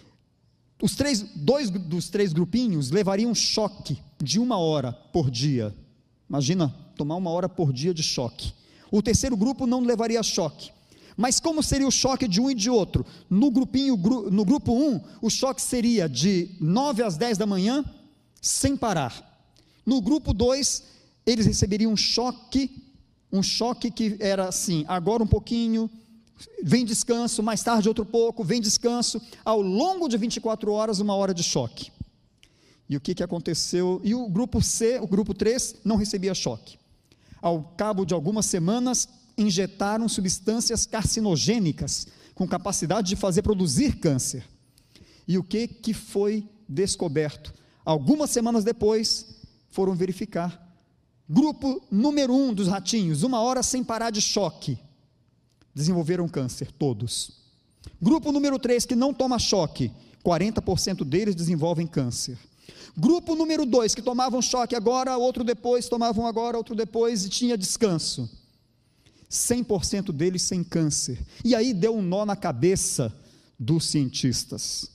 Dois dos 3 grupinhos levariam um choque de 1 hora por dia. Imagina, tomar 1 hora por dia de choque. O terceiro grupo não levaria choque. Mas como seria o choque de um e de outro? No grupo 1, o choque seria de 9 às 10 da manhã, sem parar. No grupo 2, eles receberiam um choque que era assim, agora um pouquinho, vem descanso, mais tarde outro pouco, vem descanso, ao longo de 24 horas, 1 hora de choque. E o que aconteceu? E o grupo 3, não recebia choque. Ao cabo de algumas semanas, injetaram substâncias carcinogênicas, com capacidade de fazer produzir câncer. E o que foi descoberto? Algumas semanas depois, foram verificar. Grupo número 1 dos ratinhos, 1 hora sem parar de choque, desenvolveram câncer, todos. Grupo número 3, que não toma choque, 40% deles desenvolvem câncer. Grupo número 2, que tomavam choque agora, outro depois, tomavam agora, outro depois, e tinha descanso. 100% deles sem câncer. E aí deu um nó na cabeça dos cientistas.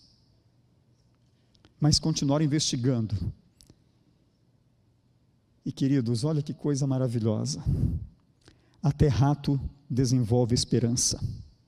Mas continuaram investigando. E queridos, olha que coisa maravilhosa. Até rato desenvolve esperança.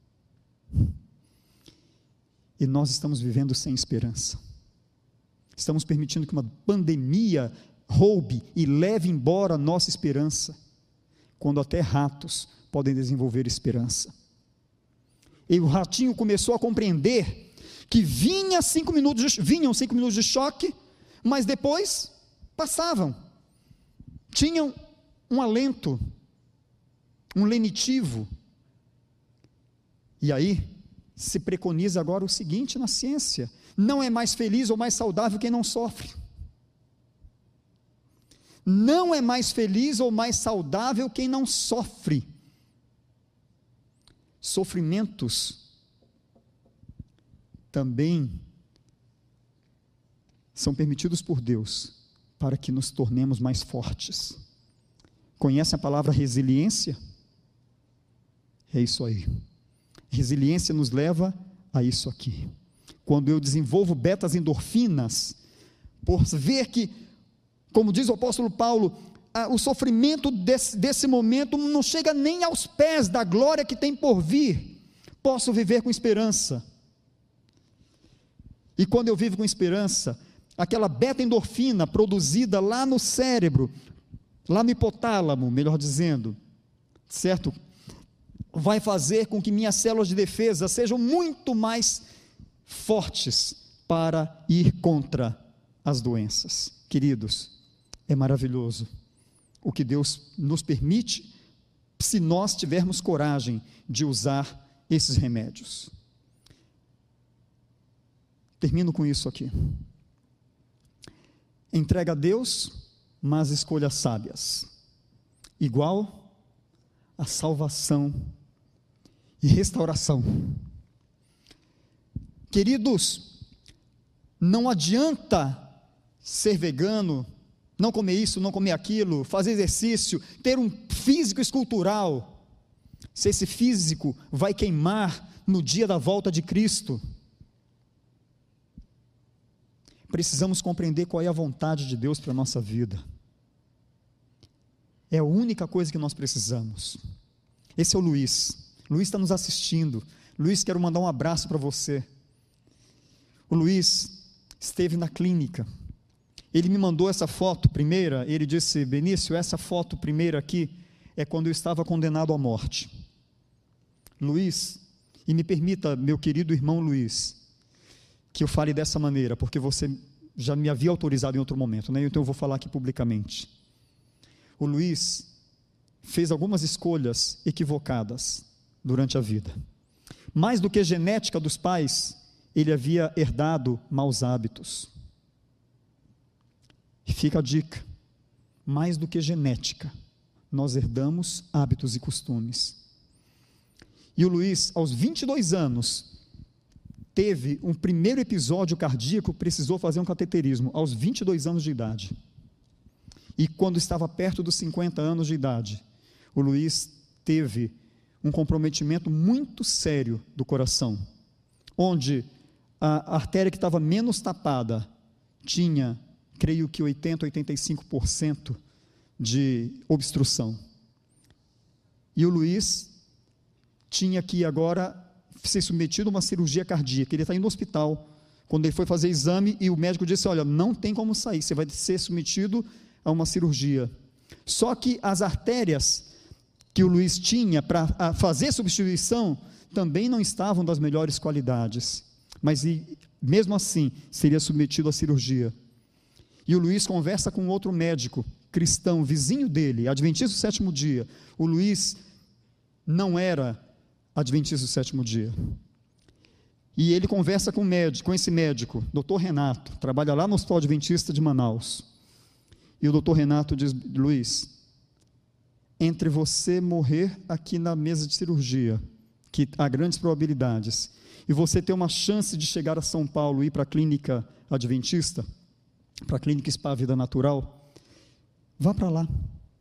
E nós estamos vivendo sem esperança. Estamos permitindo que uma pandemia roube e leve embora a nossa esperança, quando até ratos podem desenvolver esperança. E o ratinho começou a compreender que vinham 5 minutos de choque, mas depois passavam. Tinham um alento, um lenitivo. E aí se preconiza agora o seguinte na ciência: não é mais feliz ou mais saudável quem não sofre. Não é mais feliz ou mais saudável quem não sofre. Sofrimentos também são permitidos por Deus para que nos tornemos mais fortes. Conhece a palavra resiliência? É isso aí. Resiliência nos leva a isso aqui. Quando eu desenvolvo betas-endorfinas, por ver que, como diz o apóstolo Paulo, o sofrimento desse momento não chega nem aos pés da glória que tem por vir, posso viver com esperança. E quando eu vivo com esperança, aquela beta-endorfina produzida lá no cérebro, lá no hipotálamo, melhor dizendo, certo? Vai fazer com que minhas células de defesa sejam muito mais fortes para ir contra as doenças. Queridos, é maravilhoso o que Deus nos permite, se nós tivermos coragem de usar esses remédios. Termino com isso aqui. Entrega a Deus, mas escolhas sábias, igual a salvação e restauração. Queridos, não adianta ser vegano, não comer isso, não comer aquilo, fazer exercício, ter um físico escultural, se esse físico vai queimar no dia da volta de Cristo. Precisamos compreender qual é a vontade de Deus para a nossa vida. É a única coisa que nós precisamos. Esse é o Luiz. Luiz está nos assistindo. Luiz, quero mandar um abraço para você. O Luiz, esteve na clínica. Ele me mandou essa foto primeira, ele disse: Benício, essa foto primeira aqui é quando eu estava condenado à morte. Luiz, e me permita, meu querido irmão Luiz, que eu fale dessa maneira, porque você já me havia autorizado em outro momento, né? Então eu vou falar aqui publicamente. O Luiz fez algumas escolhas equivocadas durante a vida. Mais do que genética dos pais, ele havia herdado maus hábitos. E fica a dica: mais do que genética, nós herdamos hábitos e costumes. E o Luiz, aos 22 anos, teve um primeiro episódio cardíaco, precisou fazer um cateterismo, aos 22 anos de idade. E quando estava perto dos 50 anos de idade, o Luiz teve um comprometimento muito sério do coração, onde a artéria que estava menos tapada tinha, creio que 80%, 85% de obstrução. E o Luiz tinha que agora ser submetido a uma cirurgia cardíaca. Ele está indo no hospital, quando ele foi fazer exame, e o médico disse: olha, não tem como sair, você vai ser submetido a uma cirurgia. Só que as artérias que o Luiz tinha para fazer substituição também não estavam das melhores qualidades, mas mesmo assim seria submetido à cirurgia. E o Luiz conversa com outro médico cristão, vizinho dele, adventista do sétimo dia. O Luiz não era adventista do sétimo dia, e ele conversa com esse médico, Dr. Renato, trabalha lá no Hospital Adventista de Manaus, e o Dr. Renato diz: Luiz, entre você morrer aqui na mesa de cirurgia, que há grandes probabilidades, e você ter uma chance de chegar a São Paulo e ir para a clínica adventista, para a clínica Spa Vida Natural, vá para lá.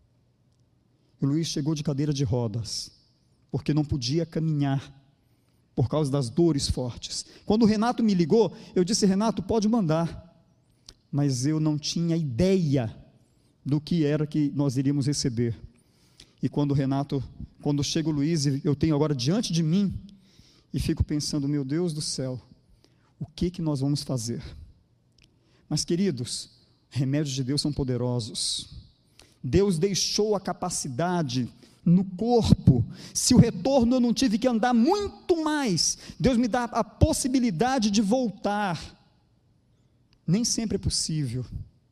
O Luiz chegou de cadeira de rodas, porque não podia caminhar, por causa das dores fortes. Quando o Renato me ligou, eu disse: Renato, pode mandar, mas eu não tinha ideia do que era que nós iríamos receber. E quando chega o Luiz, eu tenho agora diante de mim, e fico pensando: meu Deus do céu, o que nós vamos fazer? Mas, queridos, remédios de Deus são poderosos. Deus deixou a capacidade no corpo. Se o retorno eu não tive que andar muito mais, Deus me dá a possibilidade de voltar. Nem sempre é possível,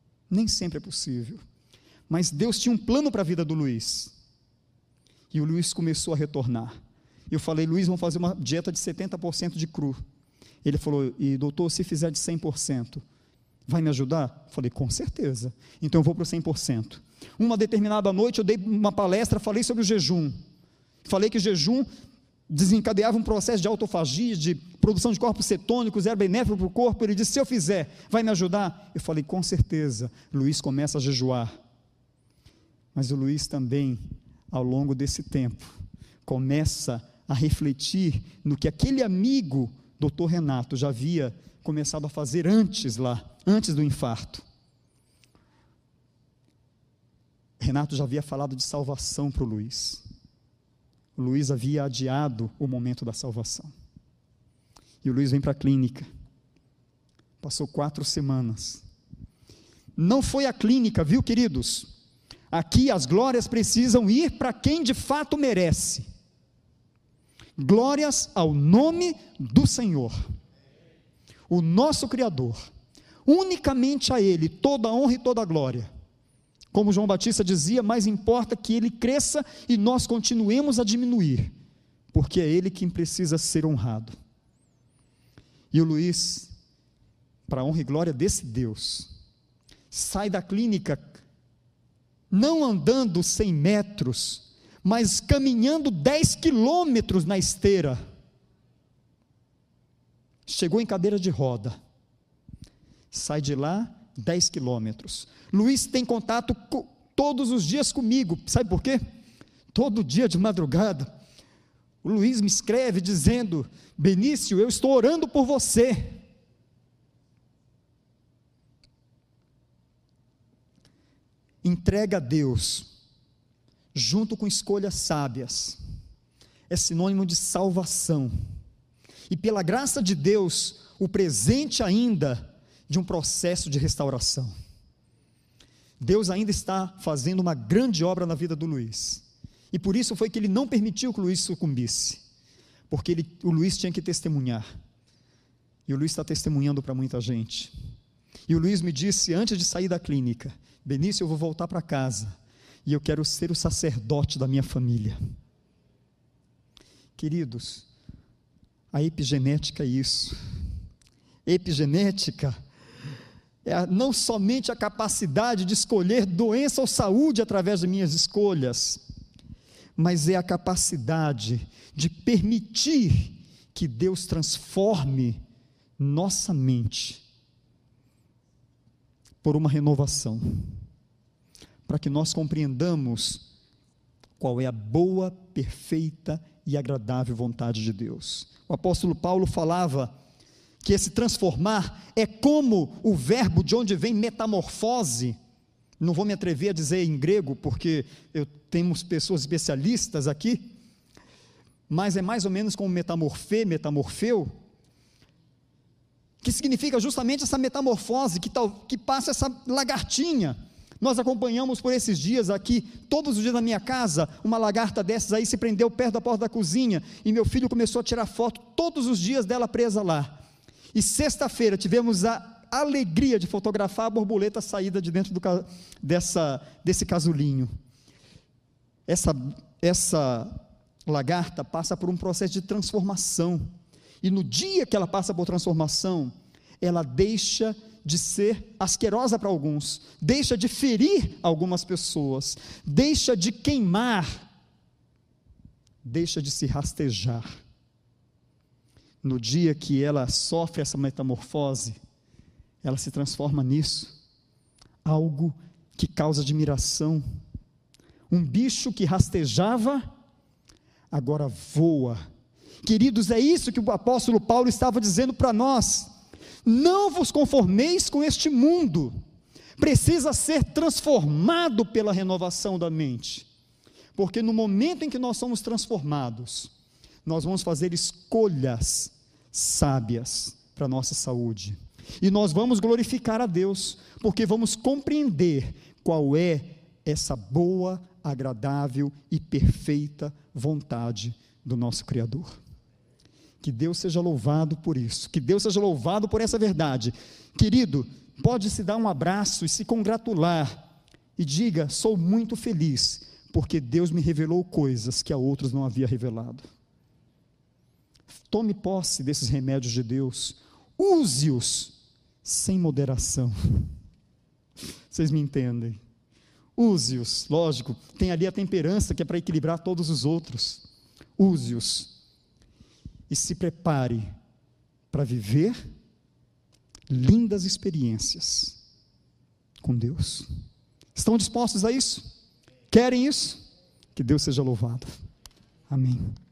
mas Deus tinha um plano para a vida do Luiz, e o Luiz começou a retornar. Eu falei: Luiz, vamos fazer uma dieta de 70% de cru. Ele falou: e doutor, se fizer de 100%, vai me ajudar? Eu falei: com certeza, então eu vou para o 100%. Uma determinada noite eu dei uma palestra, falei sobre o jejum, falei que o jejum desencadeava um processo de autofagia, de produção de corpos cetônicos, era benéfico para o corpo. Ele disse: se eu fizer, vai me ajudar? Eu falei: com certeza. Luiz começa a jejuar, mas o Luiz também, ao longo desse tempo, começa a refletir no que aquele amigo, Dr. Renato, já havia começado a fazer antes do infarto. Renato já havia falado de salvação para o Luiz. O Luiz havia adiado o momento da salvação. E o Luiz vem para a clínica. Passou 4 semanas. Não foi a clínica, viu, queridos? Aqui as glórias precisam ir para quem de fato merece. Glórias ao nome do Senhor, o nosso Criador. Unicamente a Ele toda a honra e toda a glória. Como João Batista dizia: mais importa que Ele cresça e nós continuemos a diminuir, porque é Ele quem precisa ser honrado. E o Luiz, para a honra e glória desse Deus, sai da clínica não andando 100 metros, mas caminhando 10 quilômetros na esteira. Chegou em cadeira de roda, sai de lá 10 quilômetros. Luiz tem contato todos os dias comigo, sabe por quê? Todo dia de madrugada, o Luiz me escreve dizendo: Benício, eu estou orando por você. Entrega a Deus, junto com escolhas sábias, é sinônimo de salvação. E pela graça de Deus, o presente ainda de um processo de restauração. Deus ainda está fazendo uma grande obra na vida do Luiz, e por isso foi que ele não permitiu que o Luiz sucumbisse, porque o Luiz tinha que testemunhar, e o Luiz está testemunhando para muita gente. E o Luiz me disse, antes de sair da clínica: Benício, eu vou voltar para casa, e eu quero ser o sacerdote da minha família. Queridos, a epigenética é isso. Epigenética é não somente a capacidade de escolher doença ou saúde através de minhas escolhas, mas é a capacidade de permitir que Deus transforme nossa mente por uma renovação, para que nós compreendamos qual é a boa, perfeita e agradável vontade de Deus. O apóstolo Paulo falava que esse transformar é como o verbo de onde vem metamorfose. Não vou me atrever a dizer em grego, porque temos pessoas especialistas aqui, mas é mais ou menos como metamorfeu, que significa justamente essa metamorfose, que passa essa lagartinha. Nós acompanhamos por esses dias aqui, todos os dias na minha casa, uma lagarta dessas aí se prendeu perto da porta da cozinha, e meu filho começou a tirar foto todos os dias dela presa lá. E sexta-feira tivemos a alegria de fotografar a borboleta saída de dentro desse casulinho. Essa lagarta passa por um processo de transformação, e no dia que ela passa por transformação, ela deixa de ser asquerosa para alguns, deixa de ferir algumas pessoas, deixa de queimar, deixa de se rastejar. No dia que ela sofre essa metamorfose, ela se transforma nisso, algo que causa admiração. Um bicho que rastejava, agora voa. Queridos, é isso que o apóstolo Paulo estava dizendo para nós: não vos conformeis com este mundo, precisa ser transformado pela renovação da mente, porque no momento em que nós somos transformados, nós vamos fazer escolhas sábias para a nossa saúde, e nós vamos glorificar a Deus, porque vamos compreender qual é essa boa, agradável e perfeita vontade do nosso Criador. Que Deus seja louvado por isso, que Deus seja louvado por essa verdade. Querido, pode se dar um abraço e se congratular, e diga: sou muito feliz, porque Deus me revelou coisas que a outros não havia revelado. Tome posse desses remédios de Deus, use-os sem moderação. Vocês me entendem? Use-os, lógico, tem ali a temperança que é para equilibrar todos os outros. Use-os e se prepare para viver lindas experiências com Deus. Estão dispostos a isso? Querem isso? Que Deus seja louvado. Amém.